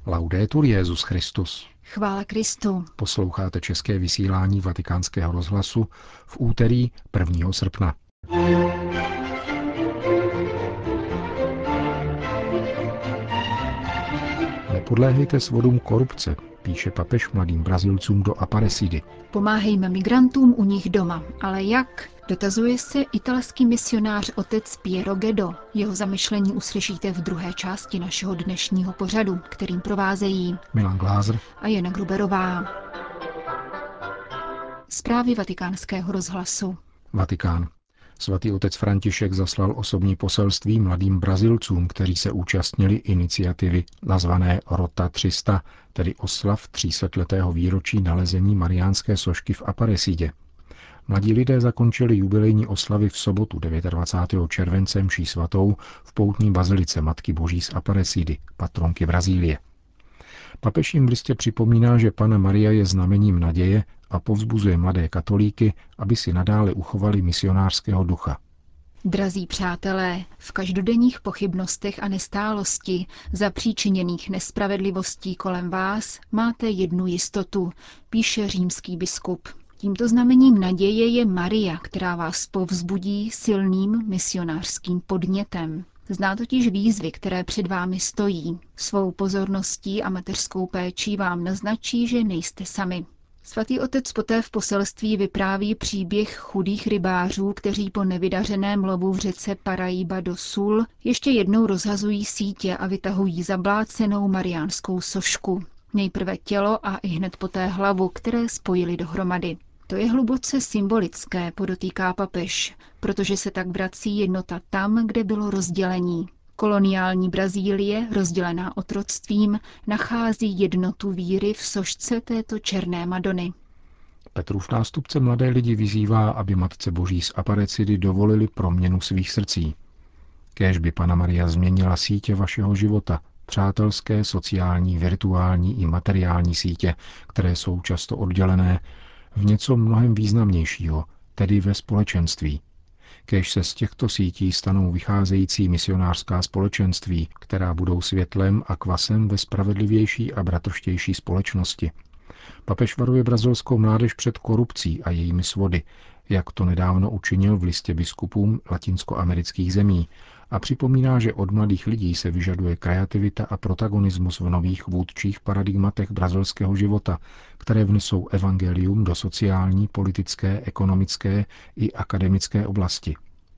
Laudetur Jesus Christus. Chvála Kristu. Posloucháte české vysílání Vatikánského rozhlasu v úterý 1. srpna. Nepodléhejte svodům korupce, píše papež mladým Brazilcům do Aparecidy. Pomáhejme migrantům u nich doma, ale jak? Dotazuje se italský misionář otec Piero Geddo. Jeho zamyšlení uslyšíte v druhé části našeho dnešního pořadu, kterým provázejí Milan Glázer a Jana Gruberová. Zprávy Vatikánského rozhlasu. Vatikán. Svatý otec František zaslal osobní poselství mladým Brazilcům, kteří se účastnili iniciativy nazvané Rota 300, tedy oslav 300letého výročí nalezení mariánské sošky v Aparecidě. Mladí lidé zakončili jubilejní oslavy v sobotu 29. července mší svatou v poutní bazilice Matky Boží z Aparecidy, patronky Brazílie. Papež jim v listě připomíná, že Panna Maria je znamením naděje a povzbuzuje mladé katolíky, aby si nadále uchovali misionářského ducha. Drazí přátelé, v každodenních pochybnostech a nestálosti zapříčiněných nespravedlivostí kolem vás máte jednu jistotu, píše římský biskup. Tímto znamením naděje je Maria, která vás povzbudí silným misionářským podnětem. Zná totiž výzvy, které před vámi stojí. Svou pozorností a mateřskou péčí vám naznačí, že nejste sami. Svatý otec poté v poselství vypráví příběh chudých rybářů, kteří po nevydařeném lovu v řece Paraíba do Sul ještě jednou rozhazují sítě a vytahují zablácenou mariánskou sošku. Nejprve tělo a ihned poté hlavu, které spojili dohromady. To je hluboce symbolické, podotýká papež, protože se tak vrací jednota tam, kde bylo rozdělení. Koloniální Brazílie, rozdělená otroctvím, nachází jednotu víry v sošce této černé Madony. Petrův nástupce mladé lidi vyzývá, aby Matce Boží z Aparecidy dovolili proměnu svých srdcí. Kéž by Panna Maria změnila sítě vašeho života, přátelské, sociální, virtuální i materiální sítě, které jsou často oddělené, v něco mnohem významnějšího, tedy ve společenství. Kéž se z těchto sítí stanou vycházející misionářská společenství, která budou světlem a kvasem ve spravedlivější a bratrštější společnosti. Papež varuje brazilskou mládež před korupcí a jejími svody, jak to nedávno učinil v listě biskupům latinskoamerických zemí, a připomíná, že od mladých lidí se vyžaduje kreativita a protagonismus v nových vůdčích paradigmatech brazilského života, které vnesou evangelium do sociální, politické, ekonomické i akademické oblasti.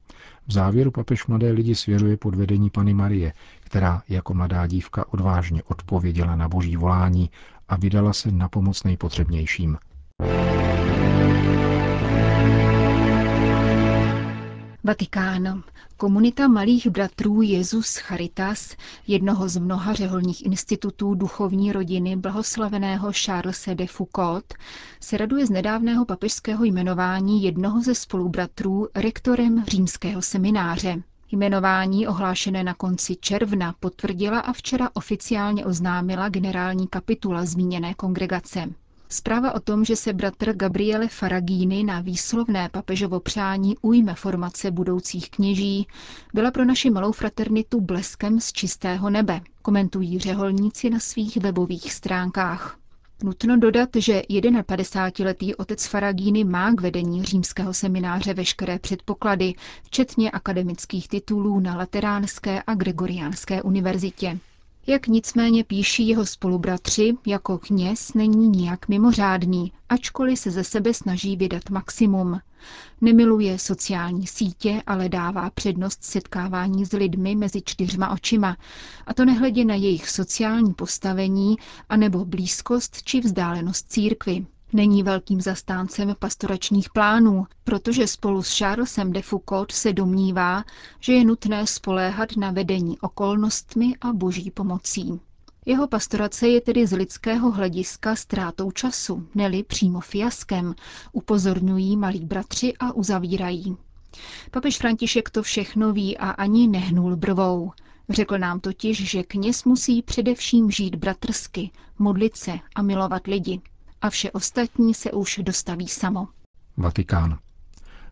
V závěru papež mladé lidi svěřuje pod vedení Panny Marie, která jako mladá dívka odvážně odpověděla na boží volání a vydala se na pomoc nejpotřebnějším. Vatikán. Komunita malých bratrů Jesus Charitas, jednoho z mnoha řeholních institutů duchovní rodiny blahoslaveného Charlese de Foucault, se raduje z nedávného papežského jmenování jednoho ze spolubratrů rektorem římského semináře. Jmenování ohlášené na konci června potvrdila a včera oficiálně oznámila generální kapitula zmíněné kongregace. Zpráva o tom, že se bratr Gabriele Faragini na výslovné papežovo přání ujme formace budoucích kněží, byla pro naši malou fraternitu bleskem z čistého nebe, komentují řeholníci na svých webových stránkách. Nutno dodat, že 51letý otec Faragini má k vedení římského semináře veškeré předpoklady, včetně akademických titulů na Lateránské a Gregoriánské univerzitě. Jak nicméně píší jeho spolubratři, jako kněz není nijak mimořádný, ačkoliv se ze sebe snaží vydat maximum. Nemiluje sociální sítě, ale dává přednost setkávání s lidmi mezi čtyřma očima, a to nehledě na jejich sociální postavení anebo blízkost či vzdálenost církvi. Není velkým zastáncem pastoračních plánů, protože spolu s Charlesem de Foucault se domnívá, že je nutné spoléhat na vedení okolnostmi a boží pomocí. Jeho pastorace je tedy z lidského hlediska ztrátou času, neli přímo fiaskem, upozorňují malí bratři a uzavírají. Papež František to všechno ví a ani nehnul brvou. Řekl nám totiž, že kněz musí především žít bratrsky, modlit se a milovat lidi. A vše ostatní se už dostaví samo. Vatikán.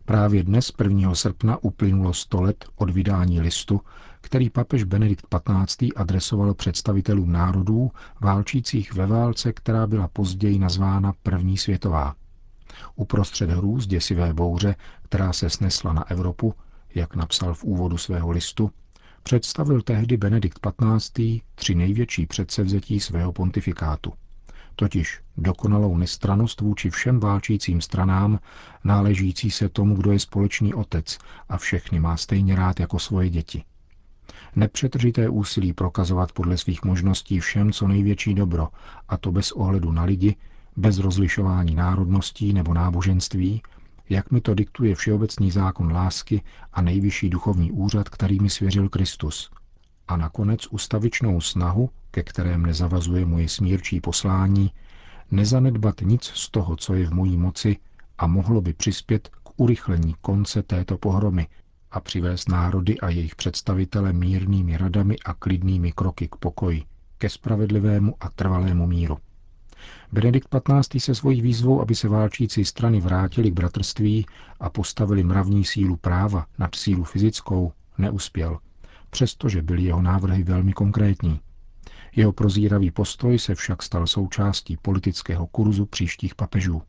Právě dnes, 1. srpna, uplynulo 100 let od vydání listu, který papež Benedikt XV. Adresoval představitelům národů válčících ve válce, která byla později nazvána První světová. Uprostřed hrůz děsivé bouře, která se snesla na Evropu, jak napsal v úvodu svého listu, představil tehdy Benedikt XV. 3 největší předsevzetí svého pontifikátu. Totiž dokonalou nestrannost vůči všem válčícím stranám, náležící se tomu, kdo je společný otec a všechny má stejně rád jako svoje děti. Nepřetržité úsilí prokazovat podle svých možností všem co největší dobro, a to bez ohledu na lidi, bez rozlišování národností nebo náboženství, jak mi to diktuje všeobecný zákon lásky a nejvyšší duchovní úřad, který mi svěřil Kristus. A nakonec ustavičnou snahu, ke které mne zavazuje moje smírčí poslání, nezanedbat nic z toho, co je v mojí moci a mohlo by přispět k urychlení konce této pohromy a přivést národy a jejich představitele mírnými radami a klidnými kroky k pokoji, ke spravedlivému a trvalému míru. Benedikt XV. Se svojí výzvou, aby se válčící strany vrátili k bratrství a postavili mravní sílu práva nad sílu fyzickou, neuspěl, přestože byly jeho návrhy velmi konkrétní. Jeho prozíravý postoj se však stal součástí politického kurzu příštích papežů.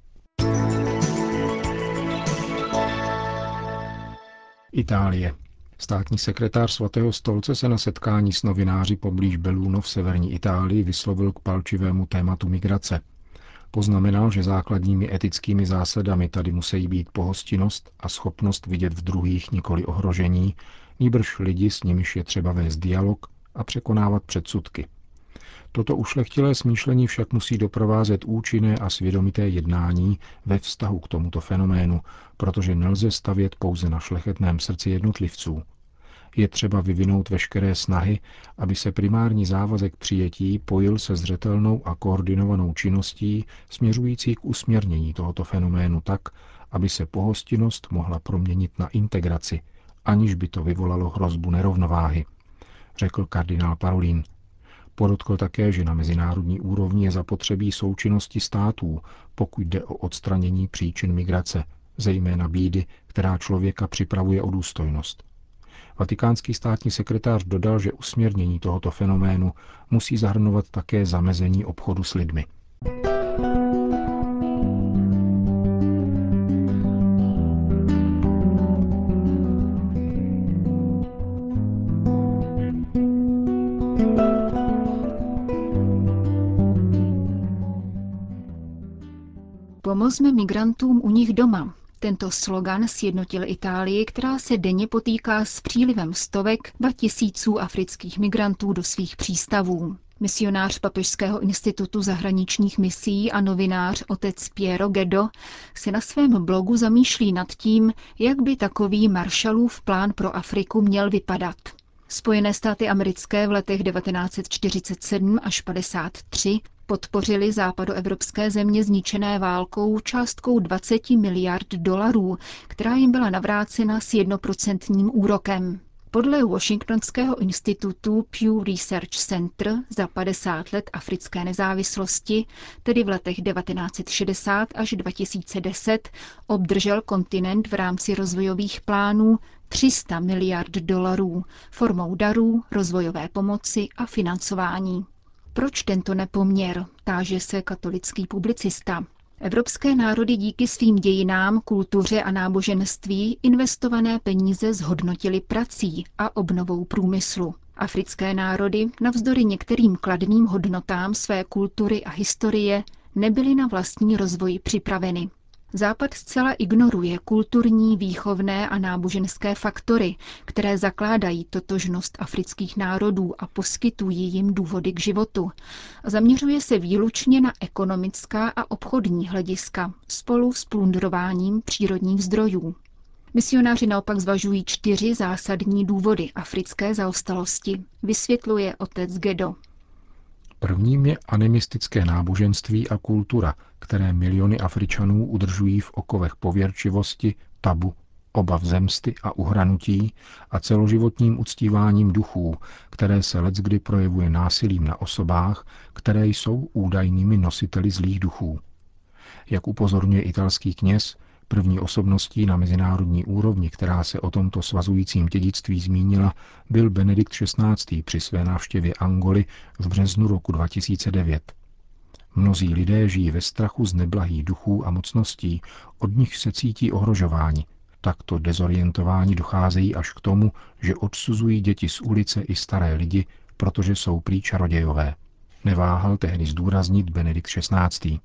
Itálie. Státní sekretář Svatého stolce se na setkání s novináři poblíž Belluno v severní Itálii vyslovil k palčivému tématu migrace. Poznamenal, že základními etickými zásadami tady musí být pohostinnost a schopnost vidět v druhých nikoli ohrožení, nýbrž lidi, s nimiž je třeba vést dialog a překonávat předsudky. Toto ušlechtilé smýšlení však musí doprovázet účinné a svědomité jednání ve vztahu k tomuto fenoménu, protože nelze stavět pouze na šlechetném srdci jednotlivců. Je třeba vyvinout veškeré snahy, aby se primární závazek přijetí pojil se zřetelnou a koordinovanou činností směřující k usměrnění tohoto fenoménu tak, aby se pohostinnost mohla proměnit na integraci, aniž by to vyvolalo hrozbu nerovnováhy, řekl kardinál Parolin. Podotkl také, že na mezinárodní úrovni je zapotřebí součinnosti států, pokud jde o odstranění příčin migrace, zejména bídy, která člověka připravuje o důstojnost. Vatikánský státní sekretář dodal, že usměrnění tohoto fenoménu musí zahrnovat také zamezení obchodu s lidmi. Pomozme migrantům u nich doma. Tento slogan sjednotil Itálii, která se denně potýká s přílivem stovek ba tisíců afrických migrantů do svých přístavů. Misionář Papežského institutu zahraničních misií a novinář otec Piero Geddo se na svém blogu zamýšlí nad tím, jak by takový Marshallův plán pro Afriku měl vypadat. Spojené státy americké v letech 1947 až 1953 podpořili západoevropské země zničené válkou částkou 20 miliard dolarů, která jim byla navrácena s 1% úrokem. Podle Washingtonského institutu Pew Research Center za 50 let africké nezávislosti, tedy v letech 1960 až 2010, obdržel kontinent v rámci rozvojových plánů 300 miliard dolarů formou darů, rozvojové pomoci a financování. Proč tento nepoměr, táže se katolický publicista. Evropské národy díky svým dějinám, kultuře a náboženství investované peníze zhodnotily prací a obnovou průmyslu. Africké národy, navzdory některým kladným hodnotám své kultury a historie, nebyly na vlastní rozvoj připraveny. Západ zcela ignoruje kulturní, výchovné a náboženské faktory, které zakládají totožnost afrických národů a poskytují jim důvody k životu. Zaměřuje se výlučně na ekonomická a obchodní hlediska spolu s plundrováním přírodních zdrojů. Misionáři naopak zvažují 4 zásadní důvody africké zaostalosti, vysvětluje otec Geddo. Prvním je animistické náboženství a kultura, které miliony Afričanů udržují v okovech pověrčivosti, tabu, obav zemsty a uhranutí a celoživotním uctíváním duchů, které se leckdy projevuje násilím na osobách, které jsou údajnými nositeli zlých duchů. Jak upozorňuje italský kněz, První osobností na mezinárodní úrovni, která se o tomto svazujícím dědictví zmínila, byl Benedikt XVI. Při své návštěvě Angoly v březnu roku 2009. Mnozí lidé žijí ve strachu z neblahých duchů a mocností, od nich se cítí ohrožováni. Takto dezorientováni docházejí až k tomu, že odsuzují děti z ulice i staré lidi, protože jsou prý čarodějové. Neváhal tehdy zdůraznit Benedikt XVI.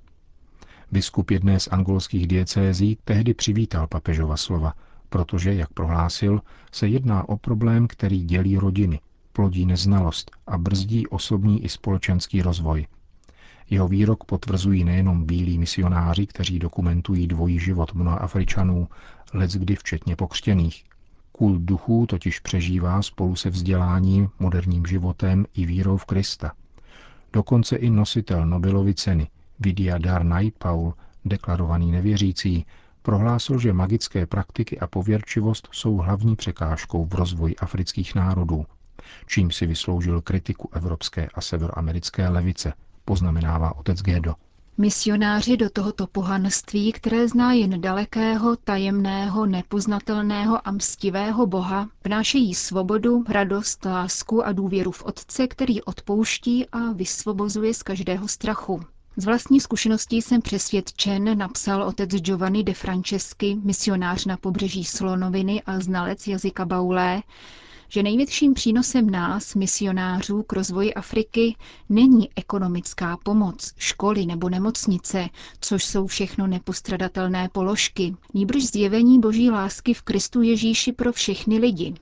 Biskup jedné z angolských diecézí tehdy přivítal papežova slova, protože, jak prohlásil, se jedná o problém, který dělí rodiny, plodí neznalost a brzdí osobní i společenský rozvoj. Jeho výrok potvrzují nejenom bílí misionáři, kteří dokumentují dvojí život mnoha Afričanů, leckdy včetně pokřtěných. Kult duchů totiž přežívá spolu se vzděláním, moderním životem i vírou v Krista. Dokonce i nositel Nobelovy ceny Vidyadhar Naipaul, deklarovaný nevěřící, prohlásil, že magické praktiky a pověrčivost jsou hlavní překážkou v rozvoji afrických národů, čím si vysloužil kritiku evropské a severoamerické levice, poznamenává otec Gédo. Misionáři do tohoto pohanství, které zná jen dalekého, tajemného, nepoznatelného a mstivého Boha, vnášejí svobodu, radost, lásku a důvěru v Otce, který odpouští a vysvobozuje z každého strachu. Z vlastní zkušeností jsem přesvědčen, napsal otec Giovanni de Franceschi, misionář na pobřeží Slonoviny a znalec jazyka baulé, že největším přínosem nás, misionářů k rozvoji Afriky, není ekonomická pomoc, školy nebo nemocnice, což jsou všechno nepostradatelné položky, nýbrž zjevení boží lásky v Kristu Ježíši pro všechny lidi.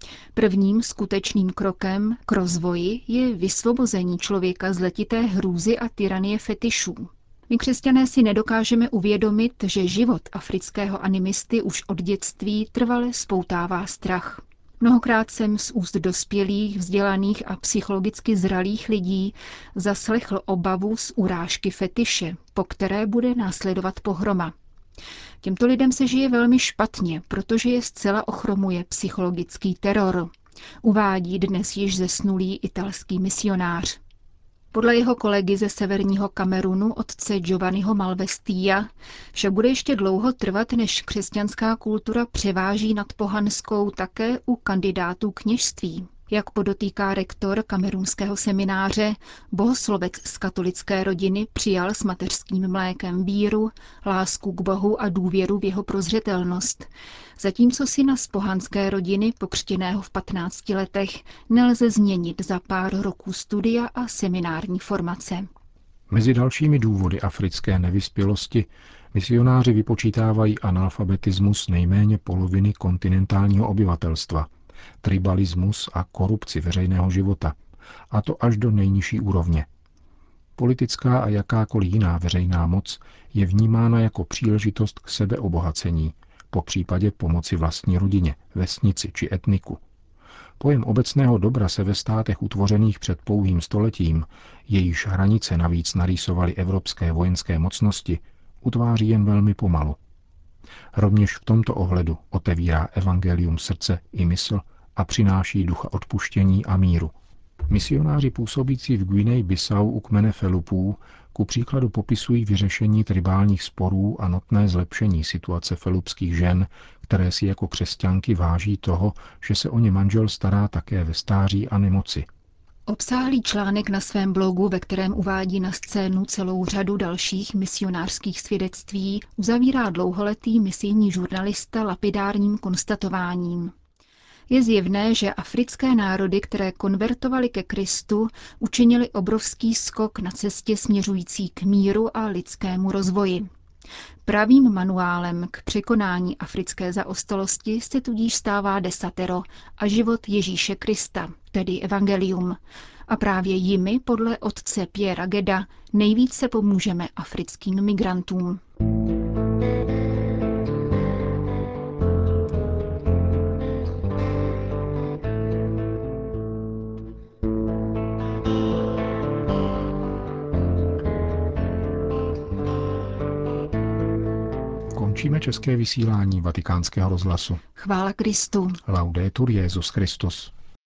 Prvním skutečným krokem k rozvoji je vysvobození člověka z letité hrůzy a tyranie fetišů. My křesťané si nedokážeme uvědomit, že život afrického animisty už od dětství trvale spoutává strach. Mnohokrát jsem z úst dospělých, vzdělaných a psychologicky zralých lidí zaslechl obavu z urážky fetiše, po které bude následovat pohroma. Těmto lidem se žije velmi špatně, protože je zcela ochromuje psychologický teror, uvádí dnes již zesnulý italský misionář. Podle jeho kolegy ze severního Kamerunu, otce Giovanniho Malvestia, však bude ještě dlouho trvat, než křesťanská kultura převáží nad pohanskou také u kandidátů kněžství. Jak podotýká rektor kamerunského semináře, bohoslovec z katolické rodiny přijal s mateřským mlékem víru, lásku k Bohu a důvěru v jeho prozřetelnost, zatímco syna z pohanské rodiny, pokřtěného v 15 letech, nelze změnit za pár roků studia a seminární formace. Mezi dalšími důvody africké nevyspělosti misionáři vypočítávají analfabetismus nejméně poloviny kontinentálního obyvatelstva, tribalismus a korupci veřejného života, a to až do nejnižší úrovně. Politická a jakákoliv jiná veřejná moc je vnímána jako příležitost k sebeobohacení, popřípadě pomoci vlastní rodině, vesnici či etniku. Pojem obecného dobra se ve státech utvořených před pouhým stoletím, jejíž hranice navíc narýsovaly evropské vojenské mocnosti, utváří jen velmi pomalu. Rovněž v tomto ohledu otevírá evangelium srdce i mysl a přináší ducha odpuštění a míru. Misionáři působící v Guinea-Bissau u kmene Felupů ku příkladu popisují vyřešení tribálních sporů a notné zlepšení situace felupských žen, které si jako křesťanky váží toho, že se o ně manžel stará také ve stáří a nemoci. Obsáhlý článek na svém blogu, ve kterém uvádí na scénu celou řadu dalších misionářských svědectví, uzavírá dlouholetý misijní žurnalista lapidárním konstatováním. Je zjevné, že africké národy, které konvertovaly ke Kristu, učinily obrovský skok na cestě směřující k míru a lidskému rozvoji. Pravým manuálem k překonání africké zaostalosti se tudíž stává desatero a život Ježíše Krista, tedy evangelium. A právě jimi, podle otce Pierra Geda, nejvíce pomůžeme africkým migrantům. Končíme české vysílání Vatikánského rozhlasu. Chvála Kristu. Laudetur Jesus Christus.